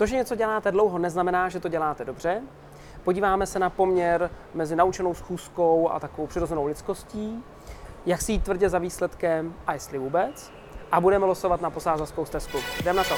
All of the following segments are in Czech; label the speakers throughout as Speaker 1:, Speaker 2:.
Speaker 1: To, že něco děláte dlouho, neznamená, že to děláte dobře. Podíváme se na poměr mezi naučenou schůzkou a takovou přirozenou lidskostí, jak si jít tvrdě za výsledkem a jestli vůbec. A budeme losovat na posázavskou stezku. Jdem na to.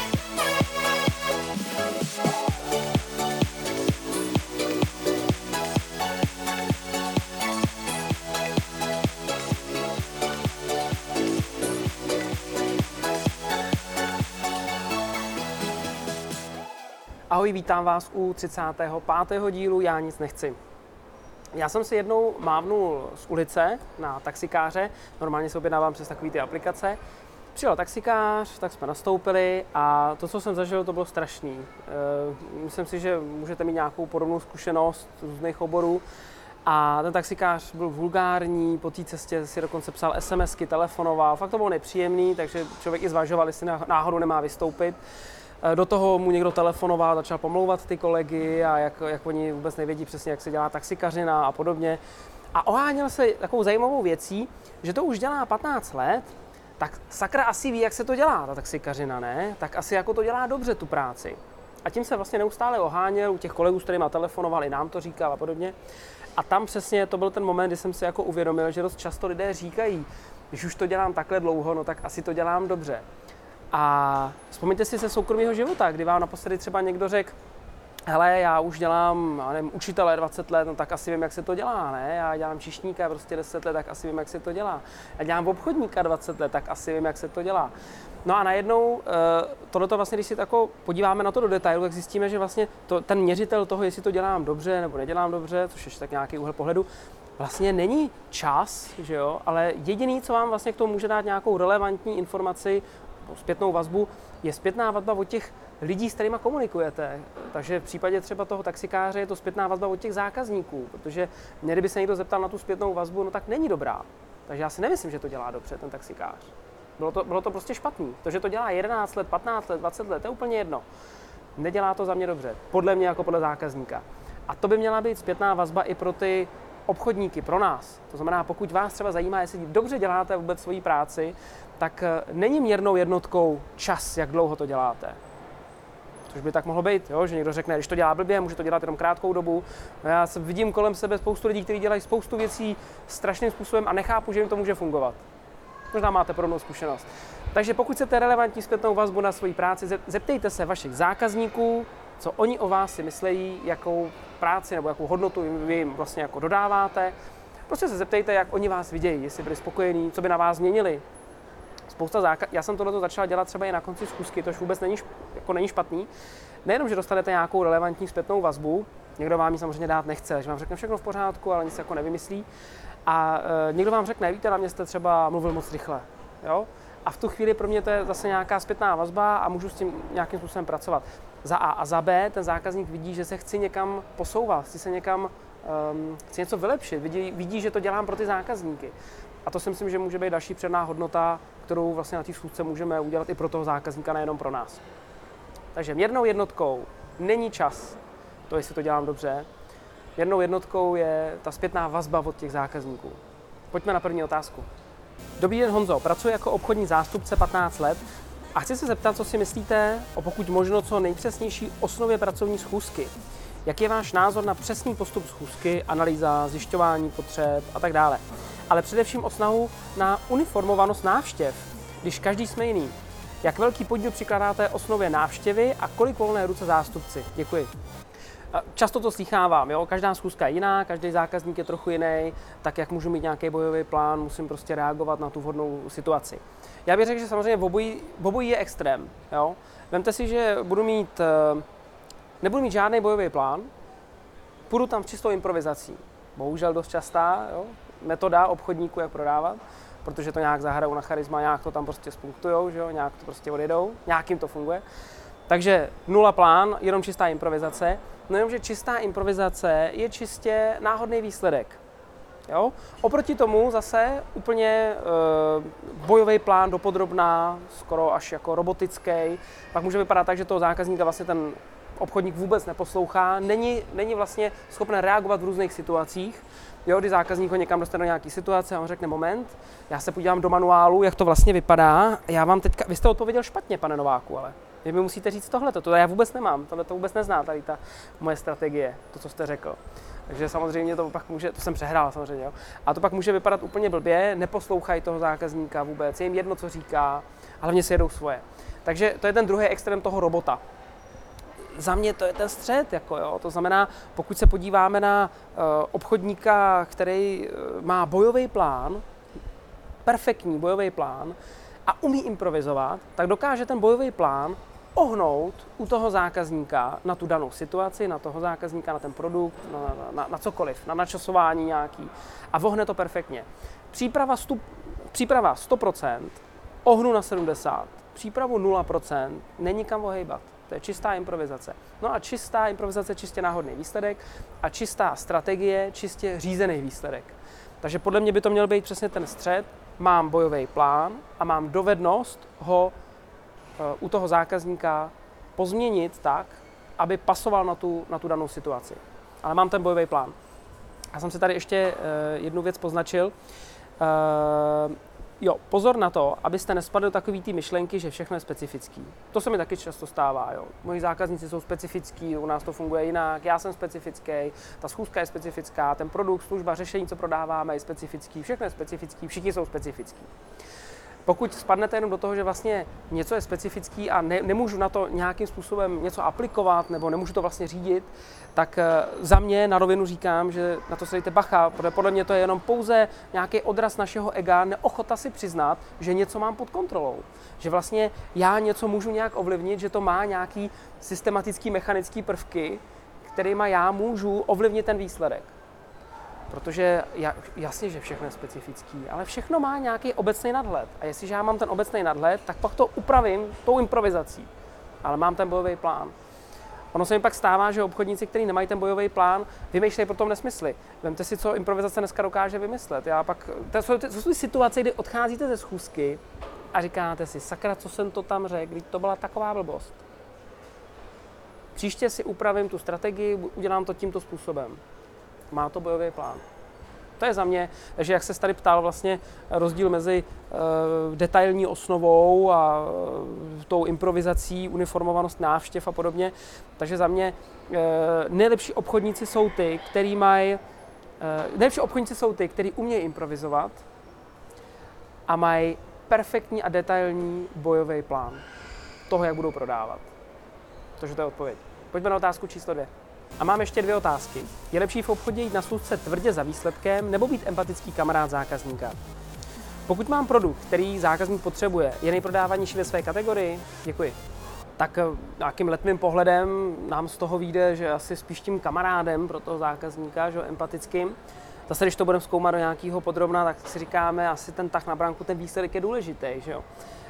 Speaker 1: Ahoj, vítám vás u 35. dílu Já nic nechci. Já jsem si jednou mávnul z ulice na taxikáře, normálně se objednávám přes takové ty aplikace. Přijel taxikář, tak jsme nastoupili a to, co jsem zažil, to bylo strašný. Myslím si, že můžete mít nějakou podobnou zkušenost z různých oborů. A ten taxikář byl vulgární, po té cestě si dokonce psal SMSky, telefonoval, fakt to bylo nepříjemný, takže člověk i zvažoval, jestli náhodou nemá vystoupit. Do toho mu někdo telefonoval, začal pomlouvat ty kolegy a jak oni vůbec nevědí přesně, jak se dělá taxikařina a podobně. A oháněl se takovou zajímavou věcí, že to už dělá 15 let, tak sakra asi ví, jak se to dělá, ta taxikařina, ne? Tak asi jako to dělá dobře tu práci. A tím se vlastně neustále oháněl u těch kolegů, s kterými telefonoval, i nám to říkal a podobně. A tam přesně to byl ten moment, kdy jsem si jako uvědomil, že dost často lidé říkají, když už to dělám takhle dlouho, no tak asi to dělám dobře. A vzpomeňte si ze soukromého života, kdy vám naposledy třeba někdo řekl, hele, já už dělám, nevím, učitele 20 let, no tak asi vím, jak se to dělá, ne? Já dělám číšníka prostě 10 let, tak asi vím, jak se to dělá. Já dělám obchodníka 20 let, tak asi vím, jak se to dělá. No a najednou tohleto vlastně, když si tako podíváme na to do detailu, tak zjistíme, že vlastně ten měřitel toho, jestli to dělám dobře nebo nedělám dobře, což je tak nějaký úhel pohledu, vlastně není čas, že jo? Ale jediný, co vám vlastně k tomu může dát nějakou relevantní informaci, zpětnou vazbu, je zpětná vazba od těch lidí, s kterými komunikujete. Takže v případě třeba toho taxikáře je to zpětná vazba od těch zákazníků, protože kdyby se někdo zeptal na tu zpětnou vazbu, no tak není dobrá. Takže já si nemyslím, že to dělá dobře ten taxikář. Bylo to prostě špatný. To, že to dělá 11 let, 15 let, 20 let, to je úplně jedno. Nedělá to za mě dobře. Podle mě jako podle zákazníka. A to by měla být zpětná vazba i pro ty obchodníky, pro nás. To znamená, pokud vás třeba zajímá, jestli dobře děláte vůbec svoji práci, tak není měrnou jednotkou čas, jak dlouho to děláte. Což by tak mohlo být, jo? Že někdo řekne, když to dělá blbě, může to dělat jenom krátkou dobu. No já vidím kolem sebe spoustu lidí, kteří dělají spoustu věcí strašným způsobem a nechápu, že jim to může fungovat. Možná máte podobnou zkušenost. Takže pokud chcete relevantní zpětnou vazbu na svoji práci, zeptejte se vašich zákazníků, co oni o vás si myslejí, jakou práci nebo jakou hodnotu vy jim vlastně jako dodáváte. Prostě se zeptejte, jak oni vás vidějí, jestli byli spokojení, co by na vás změnili. Já jsem tohleto začal dělat třeba i na konci schůzky, tož vůbec není špatný. Nejenom, že dostanete nějakou relevantní zpětnou vazbu, někdo vám ji samozřejmě dát nechce, že vám řekne všechno v pořádku, ale nic jako nevymyslí. A někdo vám řekne, víte, na mě jste třeba mluvil moc rychle. Jo? A v tu chvíli pro mě to je zase nějaká zpětná vazba a můžu s tím nějakým způsobem pracovat. Za A a za B ten zákazník vidí, že se chci někam posouvat, chci něco vylepšit, vidí, že to dělám pro ty zákazníky. A to si myslím, že může být další předná hodnota, kterou vlastně na té schůzce můžeme udělat i pro toho zákazníka, nejenom pro nás. Takže měrnou jednotkou není čas, to jestli to dělám dobře. Měrnou jednotkou je ta zpětná vazba od těch zákazníků. Pojďme na první otázku. Dobrý den, Honzo, pracuji jako obchodní zástupce 15 let a chci se zeptat, co si myslíte o pokud možno co nejpřesnější osnově pracovní schůzky. Jaký je váš názor na přesný postup schůzky, analýza, zjišťování potřeb a tak dále. Ale především o snahu na uniformovanost návštěv, když každý jsme jiný. Jak velký podíl přikládáte osnově návštěvy a kolik volné ruce zástupci? Děkuji. Často to slýchávám, jo? Každá schůzka je jiná, každý zákazník je trochu jiný, tak jak můžu mít nějaký bojový plán, musím prostě reagovat na tu vhodnou situaci. Já bych řekl, že samozřejmě v obojí je extrém. Jo? Vemte si, že nebudu mít žádný bojový plán, půjdu tam s čistou improvizací. Bohužel dost častá metoda obchodníků, jak prodávat, protože to nějak zahrajou na charisma, nějak to tam prostě spunktujou, že jo? Nějak to prostě odjedou, nějakým to funguje. Takže nula plán, jenom čistá improvizace. No jenomže čistá improvizace je čistě náhodný výsledek. Jo? Oproti tomu zase úplně bojový plán dopodrobná, skoro až jako robotický. Pak může vypadat tak, že toho zákazníka vlastně ten obchodník vůbec neposlouchá, není vlastně schopen reagovat v různých situacích. Jo, kdy zákazník ho někam dostane do nějaké situace a on řekne moment, já se podívám do manuálu, jak to vlastně vypadá. Vy jste odpověděl špatně, pane Nováku, ale Vy mi musíte říct tohleto, to já vůbec nemám, tohle to vůbec nezná, tady ta moje strategie, to, co jste řekl. Takže samozřejmě to pak může, to jsem přehrál samozřejmě, jo. A to pak může vypadat úplně blbě, neposlouchají toho zákazníka vůbec, je jim jedno, co říká, a hlavně si jedou svoje. Takže to je ten druhý extrém toho robota. Za mě to je ten střed, jako jo. To znamená, pokud se podíváme na obchodníka, který má bojový plán, perfektní bojový plán a umí improvizovat, tak dokáže ten bojový plán ohnout u toho zákazníka na tu danou situaci, na toho zákazníka, na ten produkt, na cokoliv, na načasování nějaký a vohne to perfektně. Příprava 100%, ohnu na 70%, přípravu 0%, není kam ohejbat. To je čistá improvizace. No a čistá improvizace, čistě náhodný výsledek a čistá strategie, čistě řízený výsledek. Takže podle mě by to měl být přesně ten střed. Mám bojový plán a mám dovednost ho u toho zákazníka pozměnit tak, aby pasoval na tu danou situaci. Ale mám ten bojový plán. Já jsem si tady ještě jednu věc poznačil. Pozor na to, abyste nespadli do takový té myšlenky, že všechno je specifický. To se mi taky často stává. Jo. Moji zákazníci jsou specifický, u nás to funguje jinak, já jsem specifický, ta schůzka je specifická, ten produkt, služba, řešení, co prodáváme, je specifický, všechno je specifický, všichni jsou specifický. Pokud spadnete jenom do toho, že vlastně něco je specifický a nemůžu na to nějakým způsobem něco aplikovat nebo nemůžu to vlastně řídit, tak za mě na rovinu říkám, že na to se dejte bacha, protože podle mě to je jenom pouze nějaký odraz našeho ega, neochota si přiznat, že něco mám pod kontrolou. Že vlastně já něco můžu nějak ovlivnit, že to má nějaký systematický, mechanický prvky, kterýma já můžu ovlivnit ten výsledek. Protože jasně, že všechno je specifický, ale všechno má nějaký obecný nadhled. A jestliže já mám ten obecný nadhled, tak pak to upravím tou improvizací. Ale mám ten bojový plán. Ono se mi pak stává, že obchodníci, kteří nemají ten bojový plán, vymýšlejí potom nesmysly. Vemte si, co improvizace dneska dokáže vymyslet. To jsou ty situace, kdy odcházíte ze schůzky a říkáte si, sakra, co jsem to tam řekl, to byla taková blbost. Příště si upravím tu strategii, udělám to tímto způsobem. Má to bojový plán. To je za mě, takže jak se tady ptal vlastně rozdíl mezi detailní osnovou a tou improvizací, uniformovanost návštěv a podobně. Takže za mě nejlepší obchodníci jsou ty, kteří umějí improvizovat a mají perfektní a detailní bojový plán toho, jak budou prodávat. Takže to je odpověď. Pojďme na otázku číslo 2. A mám ještě 2 otázky. Je lepší v obchodě jít na schůzce tvrdě za výsledkem nebo být empatický kamarád zákazníka? Pokud mám produkt, který zákazník potřebuje, je nejprodávanější ve své kategorii? Děkuji. Tak nějakým letmým pohledem nám z toho vyjde, že asi spíš tím kamarádem pro toho zákazníka, že empatickým. Zase, když to budeme zkoumat do nějakého podrobna, tak si říkáme, asi ten tah na branku, ten výsledek je důležitý, že jo.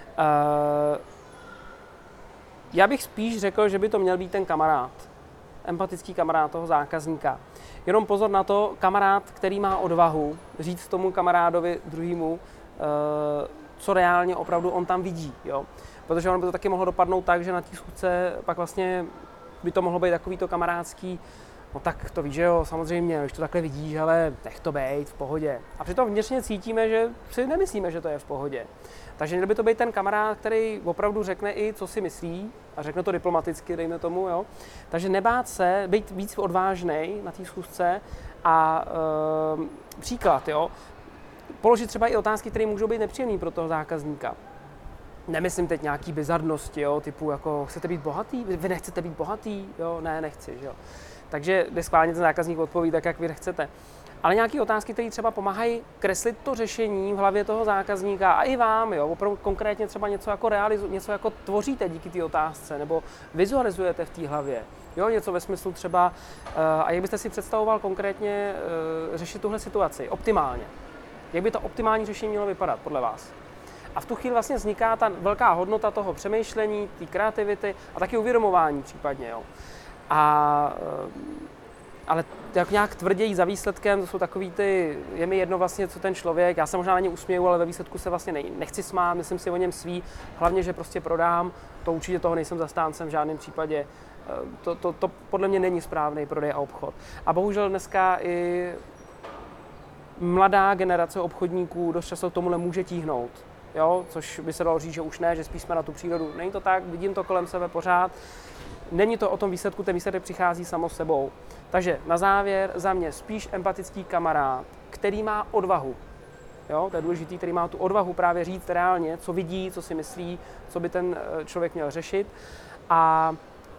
Speaker 1: Já bych spíš řekl, že by to měl být ten kamarád. Empatický kamarád toho zákazníka. Jenom pozor na to, kamarád, který má odvahu říct tomu kamarádovi druhému, co reálně opravdu on tam vidí. Jo? Protože on by to taky mohlo dopadnout tak, že na té schůzce pak vlastně by to mohlo být takový to kamarádský, no tak to víš, že jo, samozřejmě, když to takhle vidíš, ale nech to být v pohodě. A přitom vnitřně cítíme, že si nemyslíme, že to je v pohodě. Takže měl by to být ten kamarád, který opravdu řekne i, co si myslí, a řekne to diplomaticky, dejme tomu, jo. Takže nebát se, být víc odvážnej na té schůzce a příklad, jo. Položit třeba i otázky, které můžou být nepříjemné pro toho zákazníka. Nemyslím teď nějaký bizarnosti, jo, typu jako chcete být bohatý? Vy nechcete být bohatý? Jo, ne, nechci, jo. Takže jde schválně ten zákazník odpoví tak, jak vy chcete. Ale nějaké otázky, které třeba pomáhají kreslit to řešení v hlavě toho zákazníka a i vám, jo, opravdu konkrétně třeba něco jako tvoříte díky té otázce nebo vizualizujete v té hlavě. Jo, něco ve smyslu třeba, a jak byste si představoval konkrétně řešit tuhle situaci optimálně. Jak by to optimální řešení mělo vypadat podle vás? A v tu chvíli vlastně vzniká ta velká hodnota toho přemýšlení, té kreativity a taky uvědomování případně. Jo. Ale jak nějak tvrději za výsledkem, to jsou takový ty, je mi jedno vlastně, co ten člověk, já se možná na ně usměju, ale ve výsledku se vlastně nechci smát, myslím si o něm svý, hlavně, že prostě prodám, to určitě toho nejsem zastáncem v žádném případě. To podle mě není správný prodej a obchod. A bohužel dneska i mladá generace obchodníků dost často k tomuhle může tíhnout. jo, což by se dalo říct, že už ne, že spíš jsme na tu přírodu. Není to tak, vidím to kolem sebe pořád. Není to o tom výsledku, ten výsledek přichází samo sebou. Takže na závěr za mě spíš empatický kamarád, který má odvahu. Jo, to je důležitý, který má tu odvahu právě říct reálně, co vidí, co si myslí, co by ten člověk měl řešit. A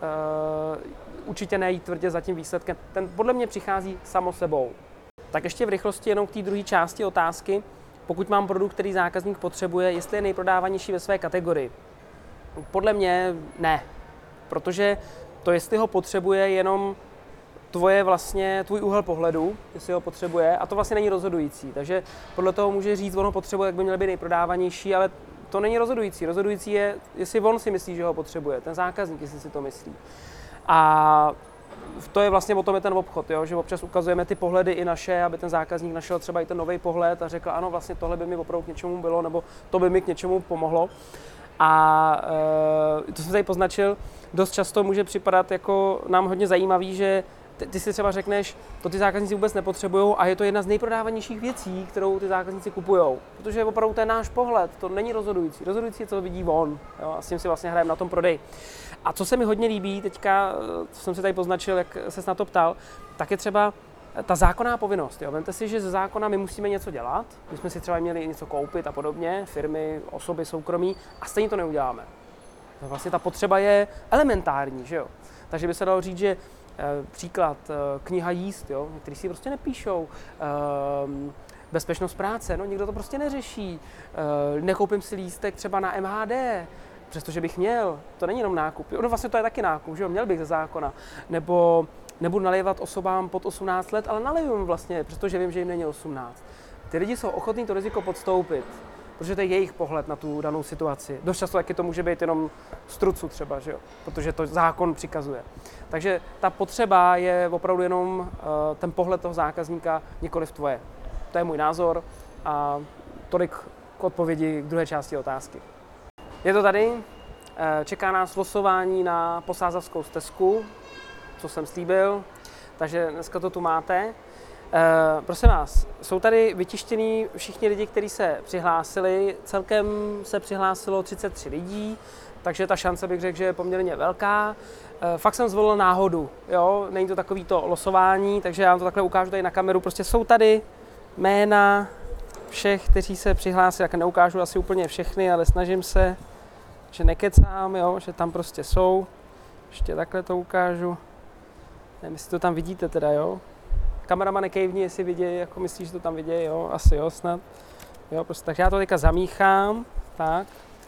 Speaker 1: určitě nejít tvrdě za tím výsledkem. Ten podle mě přichází samo sebou. Tak ještě v rychlosti jenom k té druhé části otázky. Pokud mám produkt, který zákazník potřebuje, jestli je nejprodávanější ve své kategorii. Podle mě ne. Protože to, jestli ho potřebuje, jenom tvůj úhel pohledu, jestli ho potřebuje, a to vlastně není rozhodující. Takže podle toho může říct, on ho potřebuje, jak by měl být nejprodávanější, ale to není rozhodující. Rozhodující je, jestli on si myslí, že ho potřebuje, ten zákazník, jestli si to myslí. A to je vlastně o tom je ten obchod, jo? Že občas ukazujeme ty pohledy i naše, aby ten zákazník našel třeba i ten nový pohled a řekl, ano, vlastně tohle by mi opravdu k něčemu bylo, nebo to by mi k něčemu pomohlo. A to jsem tady poznačil, dost často může připadat jako nám hodně zajímavý, že ty si třeba řekneš, to ty zákazníci vůbec nepotřebují a je to jedna z nejprodávanějších věcí, kterou ty zákazníci kupujou. Protože opravdu to je náš pohled, to není rozhodující. Rozhodující je, co vidí on. Jo? A s tím si vlastně hrajeme na tom prodeji. A co se mi hodně líbí teďka, co jsem si tady poznačil, jak ses na to ptal, tak je třeba ta zákonná povinnost. Jo? Vemte si, že ze zákona my musíme něco dělat, my jsme si třeba měli něco koupit a podobně, firmy, osoby, soukromí, a stejně to neuděláme. Vlastně ta potřeba je elementární, že jo? Takže by se dalo říct, že příklad, kniha jíst, jo? Někteří si prostě nepíšou, bezpečnost práce, no nikdo to prostě neřeší, nekoupím si lístek třeba na MHD, přestože bych měl, to není jenom nákup, no vlastně to je taky nákup, že jo? Měl bych ze zákona, nebo nebudu nalévat osobám pod 18 let, ale naliju jim vlastně, přestože vím, že jim není 18. Ty lidi jsou ochotní to riziko podstoupit, protože to je jejich pohled na tu danou situaci. Dost často taky to může být jenom z trucu třeba, že jo? Protože to zákon přikazuje. Takže ta potřeba je opravdu jenom ten pohled toho zákazníka, nikoliv tvoje. To je můj názor a tolik k odpovědi k druhé části otázky. Je to tady, čeká nás losování na Posázavskou stezku, co jsem slíbil, takže dneska to tu máte. Prosím vás, jsou tady vytištění všichni lidi, kteří se přihlásili. Celkem se přihlásilo 33 lidí, takže ta šance bych řekl, že je poměrně velká. Fakt jsem zvolil náhodu, jo? Není to takový to losování, takže já vám to takhle ukážu tady na kameru. Prostě jsou tady jména všech, kteří se přihlásili, tak neukážu asi úplně všechny, ale snažím se, že nekecám, jo? Že tam prostě jsou. Ještě takhle to ukážu. Nevím, jestli to tam vidíte teda, jo? Kameramane kejvni, jestli vidějí, jako myslíš, že to tam vidějí, jo? Asi jo, snad. Jo, prostě, takže já to teďka zamíchám, tak,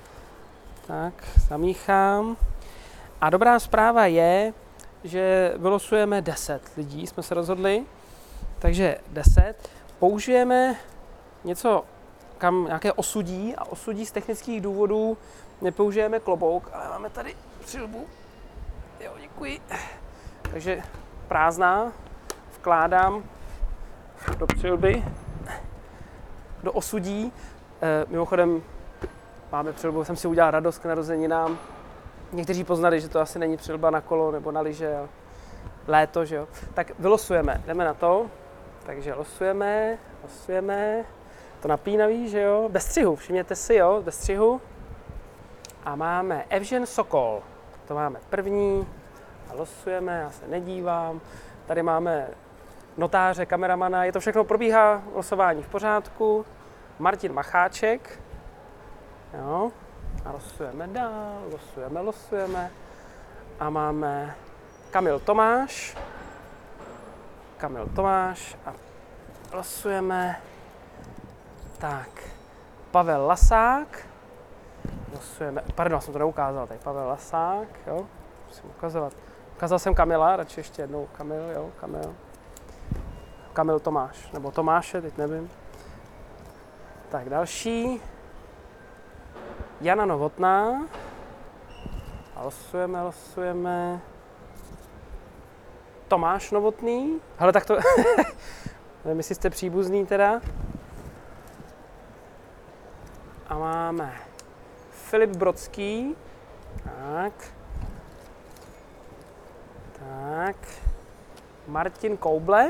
Speaker 1: zamíchám. A dobrá zpráva je, že vylosujeme 10 lidí, jsme se rozhodli, takže 10. Použijeme něco, kam nějaké osudí, a osudí z technických důvodů nepoužijeme klobouk, ale máme tady přilbu. Jo, děkuji. Takže prázdná. Vkládám do přilby, do osudí. Mimochodem máme přilbu, jsem si udělal radost k narozeninám. Někteří poznali, že to asi není přilba na kolo nebo na lyže, léto, že jo. Tak vylosujeme, jdeme na to. Takže losujeme. To napínavý, že jo. Bez střihu, všimněte si, jo, bez střihu. A máme Evžen Sokol. To máme první. A losujeme, já se nedívám. Tady máme notáře, kameramana, je to všechno, probíhá losování v pořádku. Martin Macháček. Jo. A losujeme dál, losujeme. A máme Kamil Tomáš a losujeme. Tak, Pavel Lasák. Losujeme, pardon, jsem to neukázal, tady Pavel Lasák, jo, musím ukazovat. Ukázal jsem Kamila, radši ještě jednou Kamil, jo, Kamil Tomáš, nebo Tomáše, teď nevím. Tak další. Jana Novotná. A losujeme. Tomáš Novotný. Hele, tak to, nevím, jestli jste příbuzný teda. A máme Filip Brodský. Tak. Martin Kouble.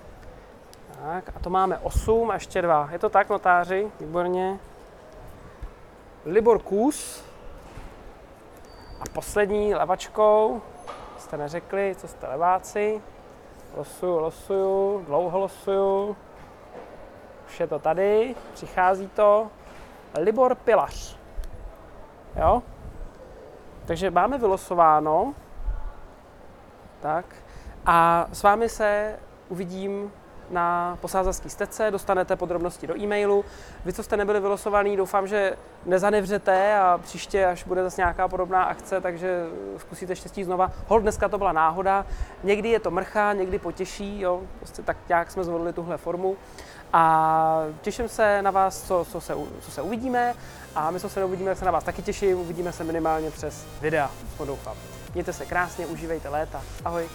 Speaker 1: Tak, a to máme 8 a ještě 2. Je to tak, notáři? Výborně. Libor Kůz. A poslední levačkou, jste neřekli, co jste leváci. Losuju, dlouho losuju. Už je to tady, přichází to. Libor Pilař. Jo? Takže máme vylosováno. Tak. A s vámi se uvidím na posázavské stezce, dostanete podrobnosti do e-mailu. Vy, co jste nebyli vylosovaní, doufám, že nezanevřete a příště, až bude zase nějaká podobná akce, takže zkusíte štěstí znova. Holt, dneska to byla náhoda. Někdy je to mrcha, někdy potěší, jo? Prostě tak nějak jsme zvolili tuhle formu. A těším se na vás, co se uvidíme. A my, co se neuvidíme, tak se na vás taky těším. Uvidíme se minimálně přes videa, doufám. Mějte se krásně, užívejte léta. Ahoj.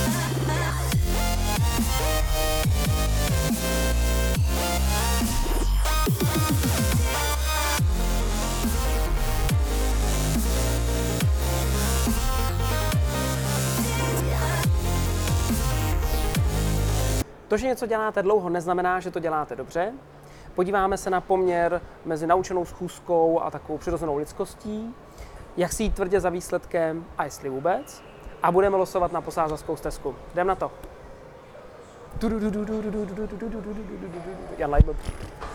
Speaker 1: To, že něco děláte dlouho, neznamená, že to děláte dobře. Podíváme se na poměr mezi naučenou schůzkou a takovou přirozenou lidskostí, jak si jít tvrdě za výsledkem a jestli vůbec. A budeme losovat na posázavskou stezku. Jdem na to. Jan Leibl.